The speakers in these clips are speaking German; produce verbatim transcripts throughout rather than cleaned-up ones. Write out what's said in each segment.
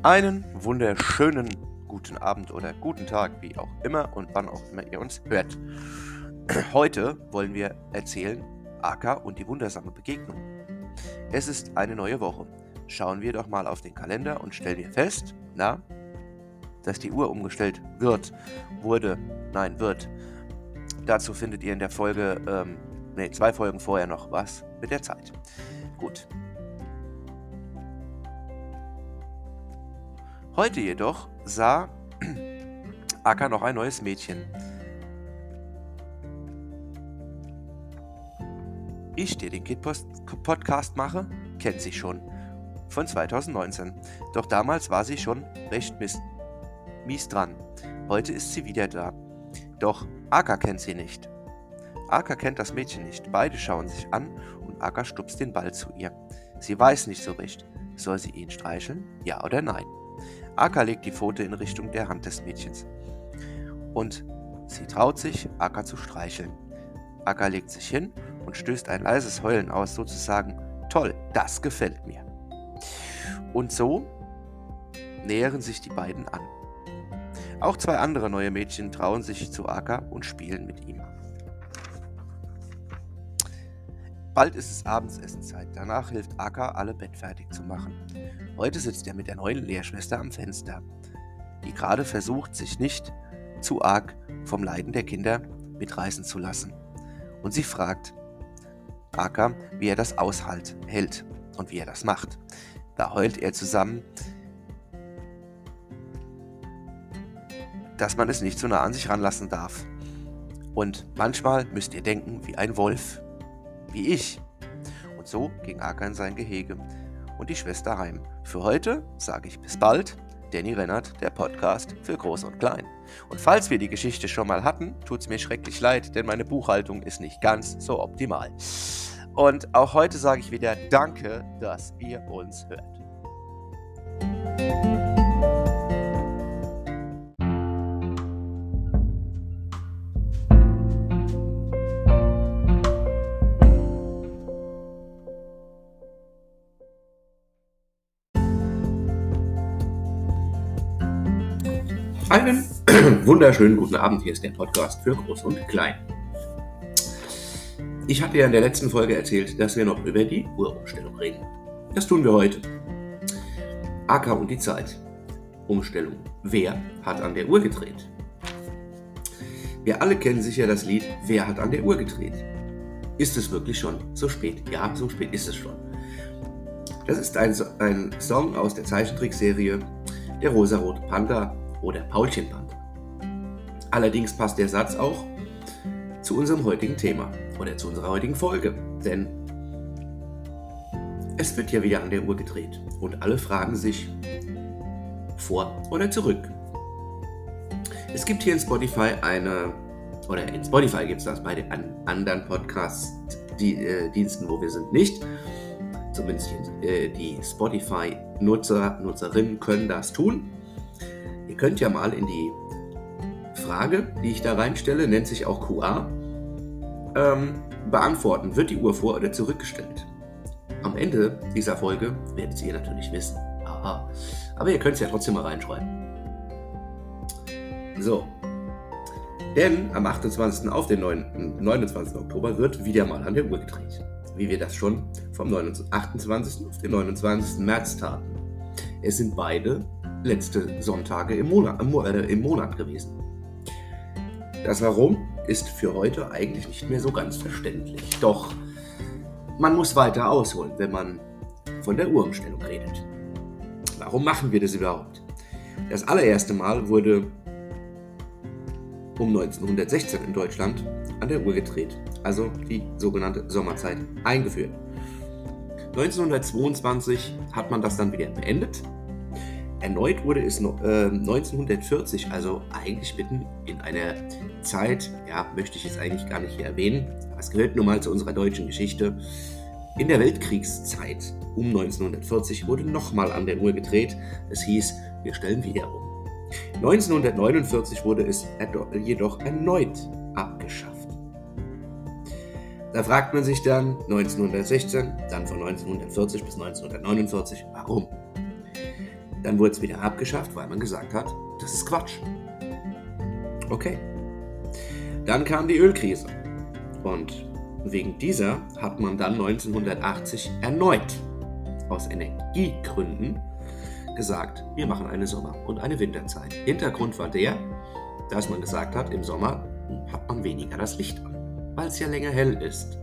Einen wunderschönen guten Abend oder guten Tag, wie auch immer und wann auch immer ihr uns hört. Heute wollen wir erzählen Aka und die wundersame Begegnung. Es ist eine neue Woche. Schauen wir doch mal auf den Kalender und stellen wir fest, na, dass die Uhr umgestellt wird, wurde, nein, wird. Dazu findet ihr in der Folge, ähm, ne, zwei Folgen vorher noch was mit der Zeit. Gut. Heute jedoch sah Aka noch ein neues Mädchen. Ich, der den Kid-Podcast mache, kennt sie schon. Von zweitausendneunzehn. Doch damals war sie schon recht mies, mies dran. Heute ist sie wieder da. Doch Aka kennt sie nicht. Aka kennt das Mädchen nicht. Beide schauen sich an und Aka stupst den Ball zu ihr. Sie weiß nicht so recht. Soll sie ihn streicheln? Ja oder nein? Aka legt die Pfote in Richtung der Hand des Mädchens. Und sie traut sich, Aka zu streicheln. Aka legt sich hin und stößt ein leises Heulen aus, sozusagen, toll, das gefällt mir. Und so nähern sich die beiden an. Auch zwei andere neue Mädchen trauen sich zu Aka und spielen mit ihm. Bald ist es Abendsessenzeit, danach hilft Aka, alle bettfertig zu machen. Heute sitzt er mit der neuen Lehrschwester am Fenster, die gerade versucht, sich nicht zu arg vom Leiden der Kinder mitreißen zu lassen. Und sie fragt Aka, wie er das aushält, hält und wie er das macht. Da heult er zusammen, dass man es nicht so nah an sich ranlassen darf. Und manchmal müsst ihr denken wie ein Wolf. Wie ich. Und so ging Aka in sein Gehege und die Schwester heim. Für heute sage ich bis bald. Danny Rennert, der Podcast für Groß und Klein. Und falls wir die Geschichte schon mal hatten, tut's mir schrecklich leid, denn meine Buchhaltung ist nicht ganz so optimal. Und auch heute sage ich wieder Danke, dass ihr uns hört. Einen wunderschönen guten Abend, hier ist der Podcast für Groß und Klein. Ich hatte ja in der letzten Folge erzählt, dass wir noch über die Uhrumstellung reden. Das tun wir heute. Aka und die Zeit. Umstellung. Wer hat an der Uhr gedreht? Wir alle kennen sicher das Lied Wer hat an der Uhr gedreht? Ist es wirklich schon so spät? Ja, so spät ist es schon. Das ist ein, ein Song aus der Zeichentrickserie Der rosarote Panther oder Paulchen-Panther. Allerdings passt der Satz auch zu unserem heutigen Thema oder zu unserer heutigen Folge, denn es wird ja wieder an der Uhr gedreht und alle fragen sich vor oder zurück. Es gibt hier in Spotify eine, oder in Spotify gibt es das, bei den anderen Podcast-Diensten, wo wir sind, nicht. Zumindest die, die Spotify-Nutzer, Nutzerinnen können das tun. Ihr könnt ja mal in die Frage, die ich da reinstelle, nennt sich auch Q A, ähm, beantworten, wird die Uhr vor- oder zurückgestellt. Am Ende dieser Folge werdet ihr natürlich wissen. Aha. Aber ihr könnt es ja trotzdem mal reinschreiben. So. Denn am achtundzwanzigsten auf den neunundzwanzigsten Oktober wird wieder mal an der Uhr gedreht. Wie wir das schon vom achtundzwanzigsten auf den neunundzwanzigsten März taten. Es sind beide letzte Sonntage im Monat, äh, im Monat gewesen. Das Warum ist für heute eigentlich nicht mehr so ganz verständlich. Doch man muss weiter ausholen, wenn man von der Uhrumstellung redet. Warum machen wir das überhaupt? Das allererste Mal wurde um neunzehnhundertsechzehn in Deutschland an der Uhr gedreht, also die sogenannte Sommerzeit eingeführt. neunzehnhundertzweiundzwanzig hat man das dann wieder beendet. Erneut wurde es neunzehnhundertvierzig, also eigentlich mitten in einer Zeit, ja, möchte ich jetzt eigentlich gar nicht hier erwähnen, aber es gehört nun mal zu unserer deutschen Geschichte. In der Weltkriegszeit um neunzehnhundertvierzig wurde nochmal an der Uhr gedreht. Es hieß, wir stellen wieder um. neunzehnhundertneunundvierzig wurde es jedoch erneut abgeschafft. Da fragt man sich dann neunzehnhundertsechzehn, dann von neunzehnhundertvierzig bis neunzehnhundertneunundvierzig, warum? Dann wurde es wieder abgeschafft, weil man gesagt hat, das ist Quatsch. Okay. Dann kam die Ölkrise. Und wegen dieser hat man dann neunzehnhundertachtzig erneut aus Energiegründen gesagt, wir machen eine Sommer- und eine Winterzeit. Hintergrund war der, dass man gesagt hat, im Sommer hat man weniger das Licht an, weil es ja länger hell ist.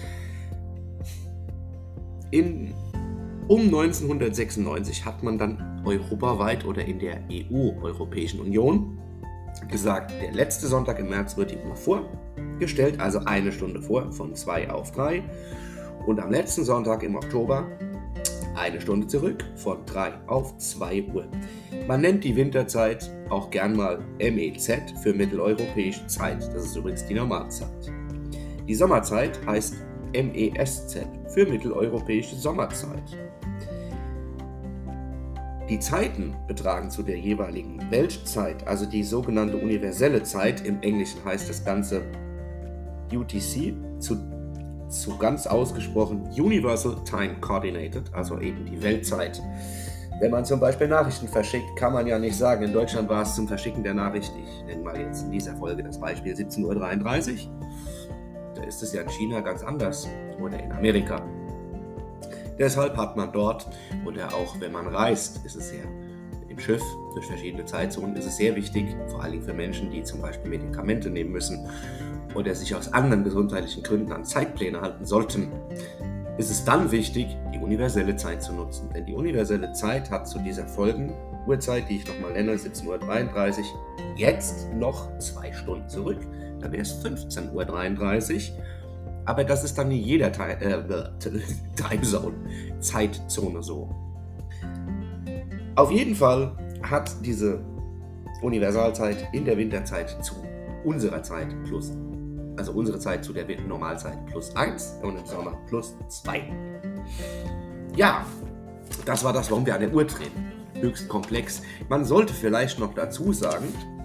In, um neunzehnhundertsechsundneunzig hat man dann europaweit oder in der E U, Europäischen Union, gesagt, der letzte Sonntag im März wird immer vorgestellt, also eine Stunde vor, von zwei auf drei. Und am letzten Sonntag im Oktober eine Stunde zurück, von drei auf zwei Uhr. Man nennt die Winterzeit auch gern mal M E Z für mitteleuropäische Zeit. Das ist übrigens die Normalzeit. Die Sommerzeit heißt M E S Z für mitteleuropäische Sommerzeit. Die Zeiten betragen zu der jeweiligen Weltzeit, also die sogenannte universelle Zeit, im Englischen heißt das Ganze U T C, zu, zu ganz ausgesprochen Universal Time Coordinated, also eben die Weltzeit. Wenn man zum Beispiel Nachrichten verschickt, kann man ja nicht sagen, in Deutschland war es zum Verschicken der Nachricht, ich nenne mal jetzt in dieser Folge das Beispiel siebzehn Uhr dreiunddreißig, da ist es ja in China ganz anders oder in Amerika. Deshalb hat man dort, oder auch wenn man reist, ist es ja im Schiff durch verschiedene Zeitzonen, ist es sehr wichtig, vor allem für Menschen, die zum Beispiel Medikamente nehmen müssen oder sich aus anderen gesundheitlichen Gründen an Zeitpläne halten sollten, ist es dann wichtig, die universelle Zeit zu nutzen. Denn die universelle Zeit hat zu dieser Folgenuhrzeit, die ich nochmal nenne, siebzehn Uhr dreiunddreißig, jetzt noch zwei Stunden zurück. Da wäre es fünfzehn Uhr dreiunddreißig. Aber das ist dann in jeder Time, äh, Timezone, Zeitzone so. Auf jeden Fall hat diese Universalzeit in der Winterzeit zu unserer Zeit plus, also unsere Zeit zu der Normalzeit plus eins und im Sommer plus zwei. Ja, das war das, warum wir an der Uhr drehen. Höchst komplex. Man sollte vielleicht noch dazu sagen,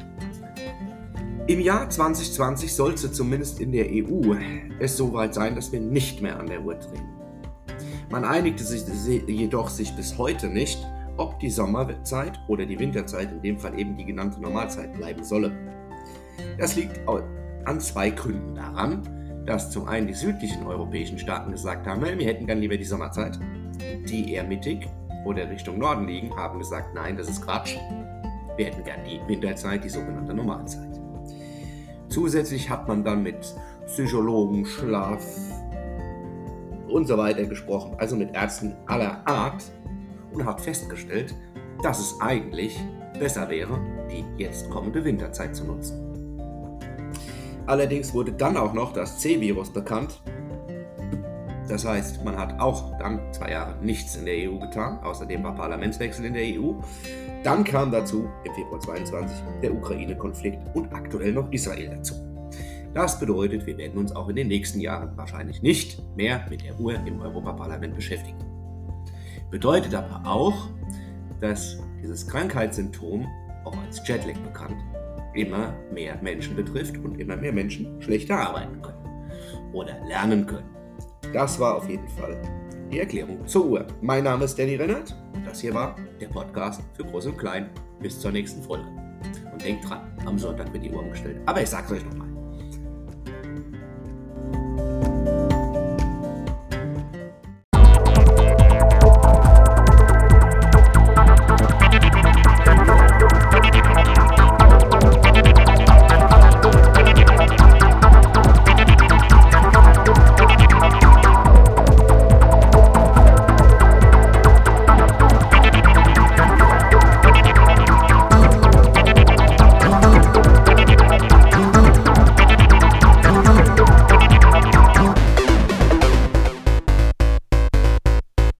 im Jahr zwanzig zwanzig sollte zumindest in der E U es soweit sein, dass wir nicht mehr an der Uhr drehen. Man einigte sich jedoch sich bis heute nicht, ob die Sommerzeit oder die Winterzeit, in dem Fall eben die genannte Normalzeit, bleiben solle. Das liegt an zwei Gründen daran, dass zum einen die südlichen europäischen Staaten gesagt haben, wir hätten gern lieber die Sommerzeit. Die eher mittig oder Richtung Norden liegen, haben gesagt, nein, das ist Quatsch. Wir hätten gern die Winterzeit, die sogenannte Normalzeit. Zusätzlich hat man dann mit Psychologen, Schlaf und so weiter gesprochen, also mit Ärzten aller Art, und hat festgestellt, dass es eigentlich besser wäre, die jetzt kommende Winterzeit zu nutzen. Allerdings wurde dann auch noch das C-Virus bekannt. Das heißt, man hat auch dann zwei Jahre nichts in der E U getan, außerdem war Parlamentswechsel in der E U. Dann kam dazu im Februar zweitausendzweiundzwanzig der Ukraine-Konflikt und aktuell noch Israel dazu. Das bedeutet, wir werden uns auch in den nächsten Jahren wahrscheinlich nicht mehr mit der Uhr im Europaparlament beschäftigen. Bedeutet aber auch, dass dieses Krankheitssymptom, auch als Jetlag bekannt, immer mehr Menschen betrifft und immer mehr Menschen schlechter arbeiten können oder lernen können. Das war auf jeden Fall die Erklärung zur Uhr. Mein Name ist Danny Rennert und das hier war der Podcast für Groß und Klein. Bis zur nächsten Folge. Und denkt dran, am Sonntag wird die Uhr umgestellt. Aber ich sag's euch nochmal.